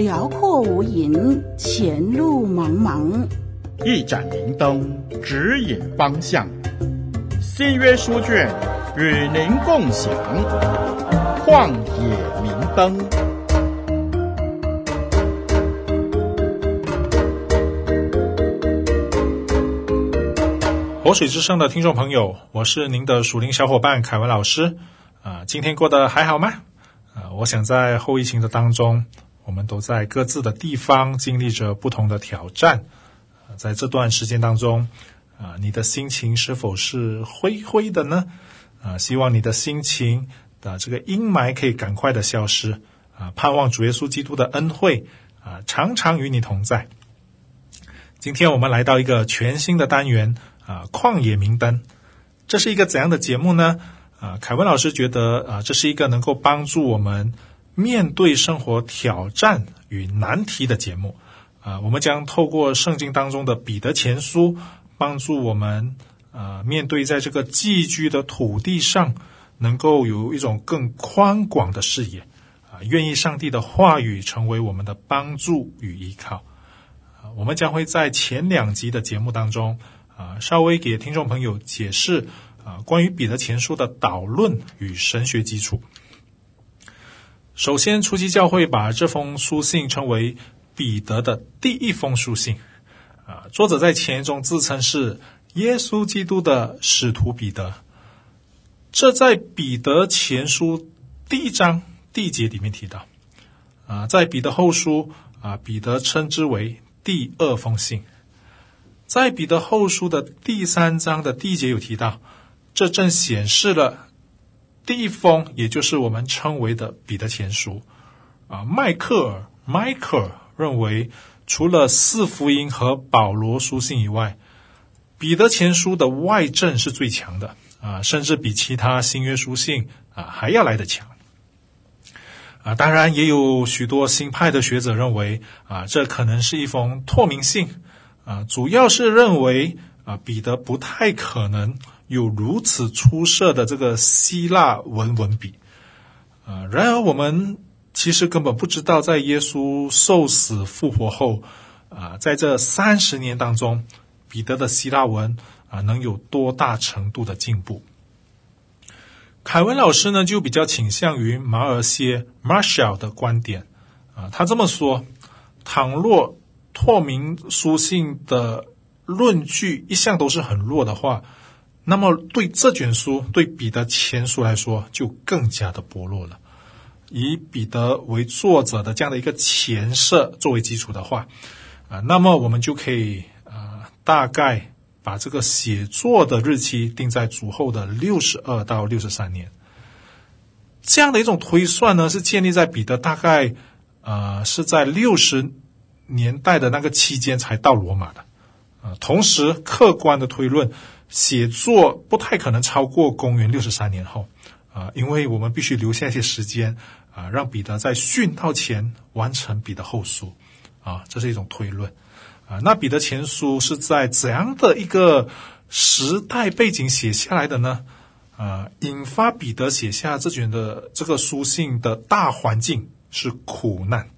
辽阔无垠，前路茫茫。 一盏明灯，指引方向。新约书卷与您共享，旷野明灯。 活水之声的听众朋友，我是您的属灵小伙伴凯文老师。今天过得还好吗？我想在后疫情的当中，我们都在各自的地方经历着不同的挑战。在这段时间当中，你的心情是否是灰灰的呢？希望你的心情的这个阴霾可以赶快的消失。盼望主耶稣基督的恩惠常常与你同在。今天我们来到一个全新的单元，旷野明灯。这是一个怎样的节目呢？凯文老师觉得这是一个能够帮助我们面对生活挑战与难题的节目。我们将透过圣经当中的彼得前书，帮助我们面对在这个寄居的土地上，能够有一种更宽广的视野。愿意上帝的话语成为我们的帮助与依靠。我们将会在前2集的节目当中稍微给听众朋友解释关于彼得前书的导论与神学基础。首先，初期教会把这封书信称为彼得的第一封书信。作者在前言中自称是耶稣基督的使徒彼得。这在彼得前书第1章第1节里面提到。在彼得后书彼得称之为第2封信。在彼得后书的第3章的第1节有提到，这正显示了第1封，也就是我们称为的彼得前书。Michael认为，除了4福音和保罗书信以外，彼得前书的外证是最强的甚至比其他新约书信还要来得强。当然也有许多新派的学者认为这可能是一封透明信主要是认为彼得不太可能有如此出色的这个希腊文笔。然而我们其实根本不知道，在耶稣受死复活后在这30年当中，彼得的希腊文能有多大程度的进步。凯文老师呢，就比较倾向于马尔歇 Marshall 的观点他这么说，倘若透明书信的论据一向都是很弱的话，那么对这卷书，对彼得前书来说就更加的薄弱了。以彼得为作者的这样的一个前设作为基础的话那么我们就可以大概把这个写作的日期定在主后的62到63年。这样的一种推算呢，是建立在彼得大概是在60年代的那个期间才到罗马的。同时客观的推论，写作不太可能超过公元63年后因为我们必须留下一些时间让彼得在殉道前完成彼得后书这是一种推论那彼得前书是在怎样的一个时代背景写下来的呢？引发彼得写下这卷的这个书信的大环境是苦难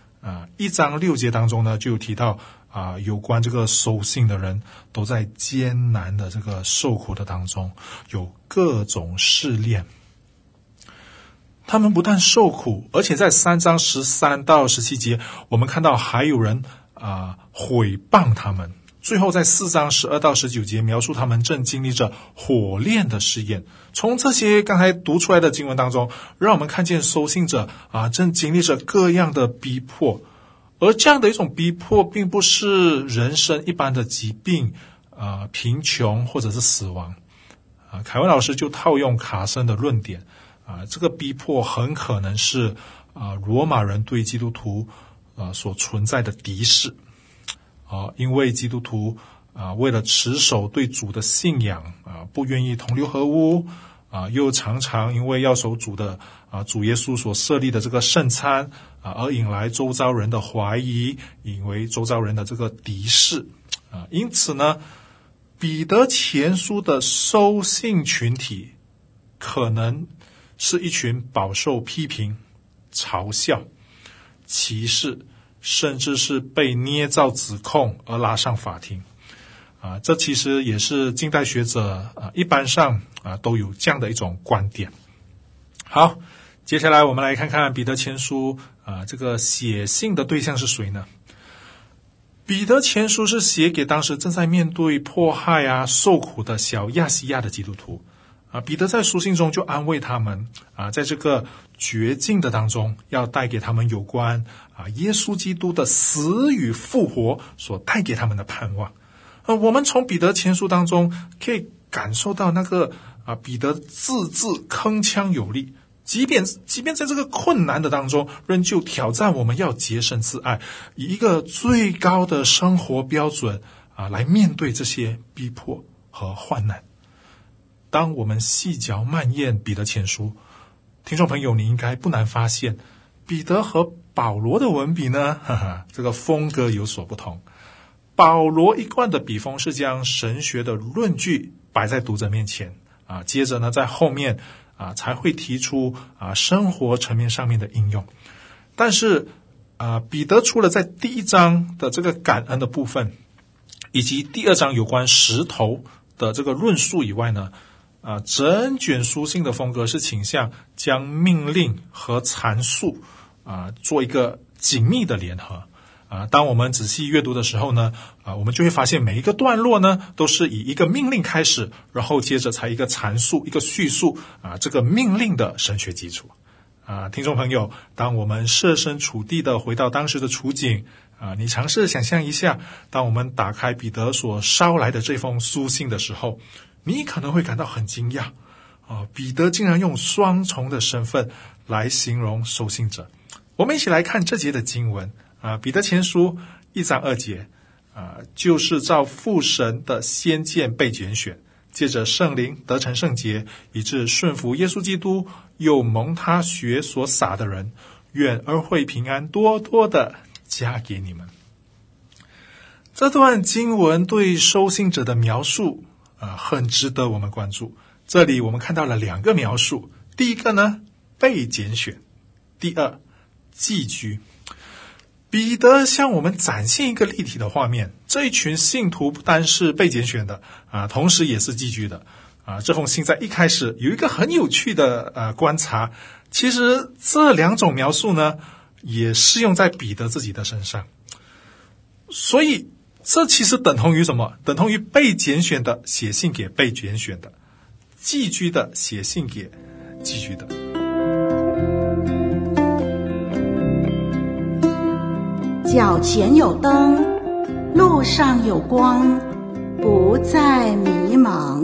1章6节当中呢，就有提到有关这个收信的人都在艰难的这个受苦的当中，有各种试炼。他们不但受苦，而且在3章13到17节，我们看到还有人毁谤他们。最后在4章12到19节描述他们正经历着火炼的试验。从这些刚才读出来的经文当中，让我们看见收信者正经历着各样的逼迫。而这样的一种逼迫并不是人生一般的疾病贫穷或者是死亡凯文老师就套用卡森的论点这个逼迫很可能是罗马人对基督徒所存在的敌视因为基督徒为了持守对主的信仰不愿意同流合污又常常因为要守主的主耶稣所设立的这个圣餐而引来周遭人的怀疑，引为周遭人的这个敌视因此呢，彼得前书的收信群体可能是一群饱受批评、嘲笑、歧视， 甚至是被捏造指控而拉上法庭。这其实也是近代学者一般上都有这样的一种观点。好，接下来我们来看看彼得前书这个写信的对象是谁呢？彼得前书是写给当时正在面对迫害受苦的小亚细亚的基督徒。彼得在书信中就安慰他们在这个绝境的当中，要带给他们有关耶稣基督的死与复活所带给他们的盼望。我们从彼得前书当中可以感受到那个彼得字字铿锵有力，即便在这个困难的当中，仍旧挑战我们要洁身自爱，以一个最高的生活标准来面对这些逼迫和患难。当我们细嚼慢咽彼得前书，听众朋友，你应该不难发现，彼得和保罗的文笔呢，这个风格有所不同。保罗一贯的笔锋是将神学的论据摆在读者面前接着呢，在后面才会提出生活层面上面的应用。但是彼得除了在第一章的这个感恩的部分，以及第二章有关石头的这个论述以外呢，整卷书信的风格是倾向将命令和阐述做一个紧密的联合。当我们仔细阅读的时候呢，我们就会发现每一个段落呢，都是以一个命令开始，然后接着才一个阐述、一个叙述这个命令的神学基础。听众朋友，当我们设身处地的回到当时的处境你尝试想象一下，当我们打开彼得所捎来的这封书信的时候，你可能会感到很惊讶彼得竟然用双重的身份来形容收信者。我们一起来看这节的经文彼得前书1章2节就是照父神的先见被拣选，借着圣灵得成圣洁，以致顺服耶稣基督，又蒙他血所洒的人，愿恩惠平安多多的加给你们。这段经文对收信者的描述很值得我们关注。这里我们看到了2个描述，第一个呢，被拣选；第二，寄居。彼得向我们展现一个立体的画面，这一群信徒不单是被拣选的同时也是寄居的这封信在一开始有一个很有趣的观察，其实这2种描述呢也适用在彼得自己的身上。所以这其实等同于什么？等同于被拣选的写信给被拣选的，寄居的写信给寄居的。 脚前有灯，路上有光，不再迷茫。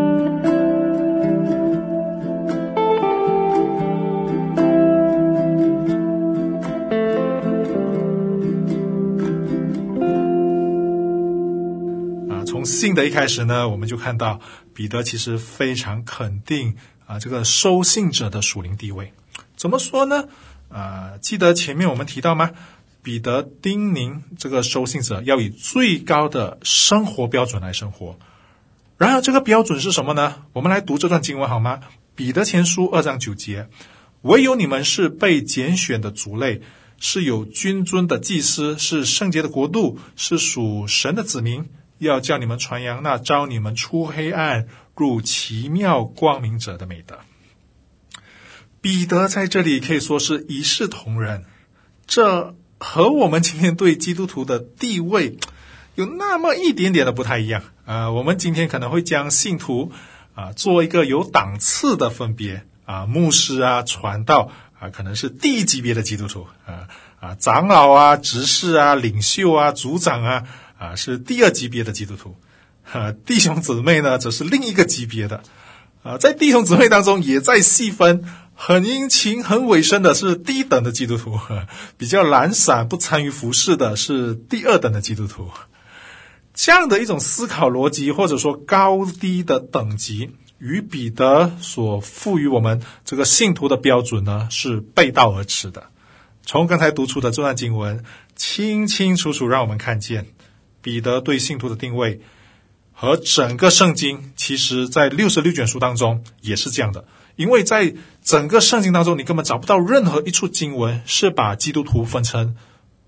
从信的一开始呢，我们就看到彼得其实非常肯定这个收信者的属灵地位。怎么说呢？记得前面我们提到吗？彼得叮咛这个收信者要以最高的生活标准来生活。然而这个标准是什么呢？我们来读这段经文好吗？彼得前书2章9节，唯有你们是被拣选的族类，是有君尊的祭司，是圣洁的国度，是属神的子民，要叫你们传扬那召你们出黑暗入奇妙光明者的美德。彼得在这里可以说是一视同仁，这和我们今天对基督徒的地位有那么一点点的不太一样我们今天可能会将信徒做一个有档次的分别牧师传道可能是第一级别的基督徒长老执事领袖组长是第二级别的基督徒弟兄姊妹呢则是另一个级别的在弟兄姊妹当中也在细分，很殷勤很委身的是第一等的基督徒，比较懒散不参与服事的是第二等的基督徒。这样的一种思考逻辑或者说高低的等级，与彼得所赋予我们这个信徒的标准呢是背道而驰的。从刚才读出的这段经文清清楚楚让我们看见彼得对信徒的定位和整个圣经其实在66卷书当中也是这样的。因为在整个圣经当中你根本找不到任何一处经文是把基督徒分成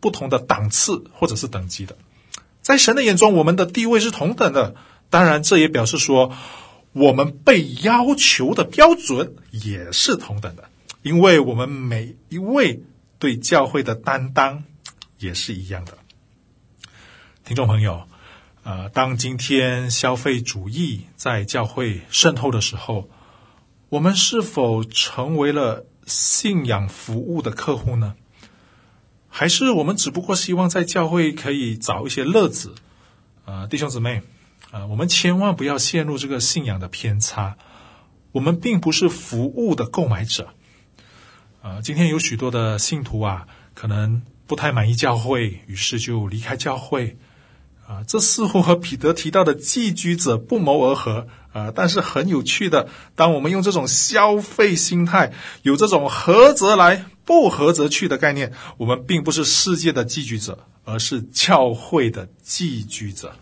不同的档次或者是等级的。在神的眼中，我们的地位是同等的，当然这也表示说我们被要求的标准也是同等的，因为我们每一位对教会的担当也是一样的。听众朋友，当今天消费主义在教会渗透的时候，我们是否成为了信仰服务的客户呢？还是我们只不过希望在教会可以找一些乐子？弟兄姊妹，我们千万不要陷入这个信仰的偏差。我们并不是服务的购买者。今天有许多的信徒可能不太满意教会，于是就离开教会。这似乎和彼得提到的寄居者不谋而合。但是很有趣的，当我们用这种消费心态，有这种合则来不合则去的概念，我们并不是世界的寄居者，而是教会的寄居者。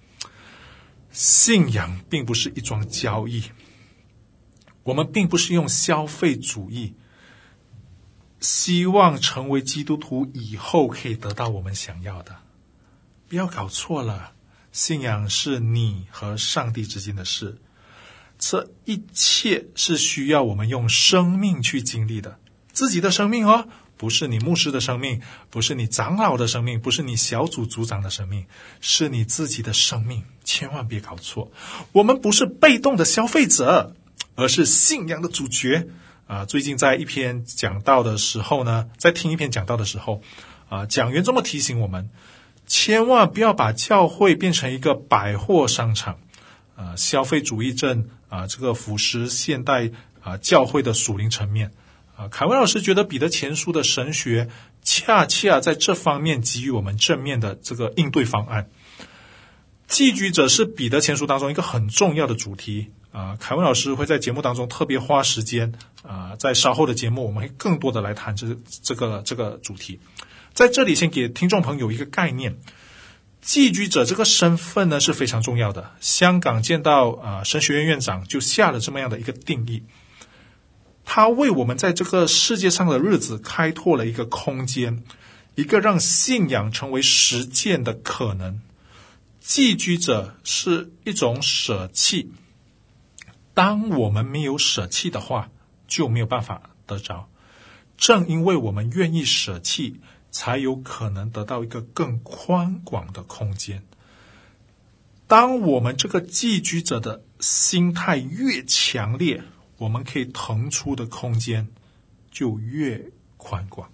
信仰并不是一桩交易，我们并不是用消费主义希望成为基督徒以后可以得到我们想要的。不要搞错了，信仰是你和上帝之间的事，这一切是需要我们用生命去经历的。自己的生命不是你牧师的生命，不是你长老的生命，不是你小组组长的生命，是你自己的生命。千万别搞错，我们不是被动的消费者，而是信仰的主角。最近在一篇讲道的时候呢，在听一篇讲道的时候，讲员这么提醒我们，千万不要把教会变成一个百货商场。消费主义症这个腐蚀现代教会的属灵层面。凯文老师觉得彼得前书的神学恰恰在这方面给予我们正面的这个应对方案。寄居者是彼得前书当中一个很重要的主题。凯文老师会在节目当中特别花时间，在稍后的节目我们会更多的来谈这个主题。在这里先给听众朋友一个概念，寄居者这个身份呢是非常重要的。香港见到神学院院长就下了这么样的一个定义，他为我们在这个世界上的日子开拓了一个空间，一个让信仰成为实践的可能。寄居者是一种舍弃，当我们没有舍弃的话，就没有办法得着。正因为我们愿意舍弃，才有可能得到一个更宽广的空间。当我们这个寄居者的心态越强烈，我们可以腾出的空间就越宽广。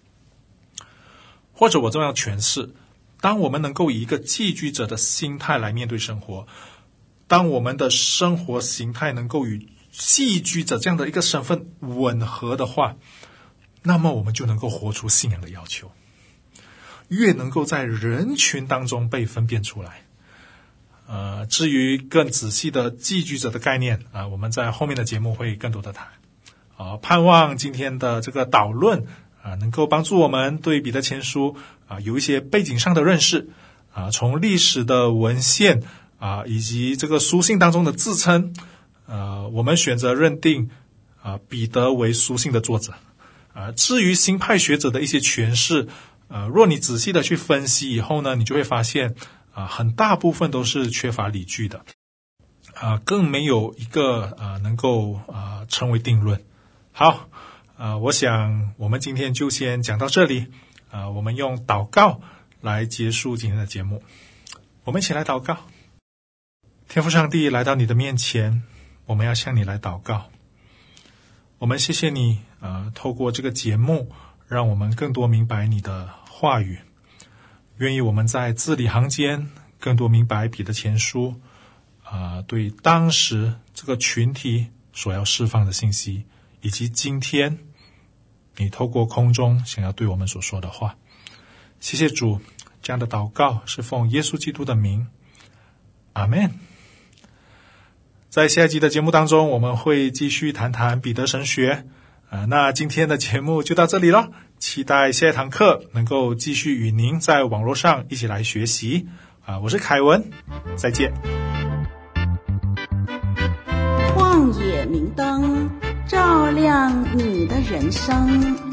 或者我这样诠释，当我们能够以一个寄居者的心态来面对生活，当我们的生活形态能够与寄居者这样的一个身份吻合的话，那么我们就能够活出信仰的要求，越能够在人群当中被分辨出来。至于更仔细的寄居者的概念我们在后面的节目会更多的谈。盼望今天的这个导论能够帮助我们对彼得前书有一些背景上的认识从历史的文献以及这个书信当中的自称我们选择认定彼得为书信的作者。至于新派学者的一些诠释若你仔细的去分析以后呢，你就会发现很大部分都是缺乏理据的更没有一个能够成为定论。好我想我们今天就先讲到这里我们用祷告来结束今天的节目。我们一起来祷告。天父上帝，来到你的面前，我们要向你来祷告。我们谢谢你透过这个节目让我们更多明白你的话语，愿意我们在字里行间更多明白彼得前书对当时这个群体所要释放的信息，以及今天你透过空中想要对我们所说的话。谢谢主，这样的祷告是奉耶稣基督的名，阿们。在下一集的节目当中，我们会继续谈谈彼得神学那今天的节目就到这里了，期待下一堂课能够继续与您在网络上一起来学习我是凯文，再见。 旷野明灯，照亮你的人生。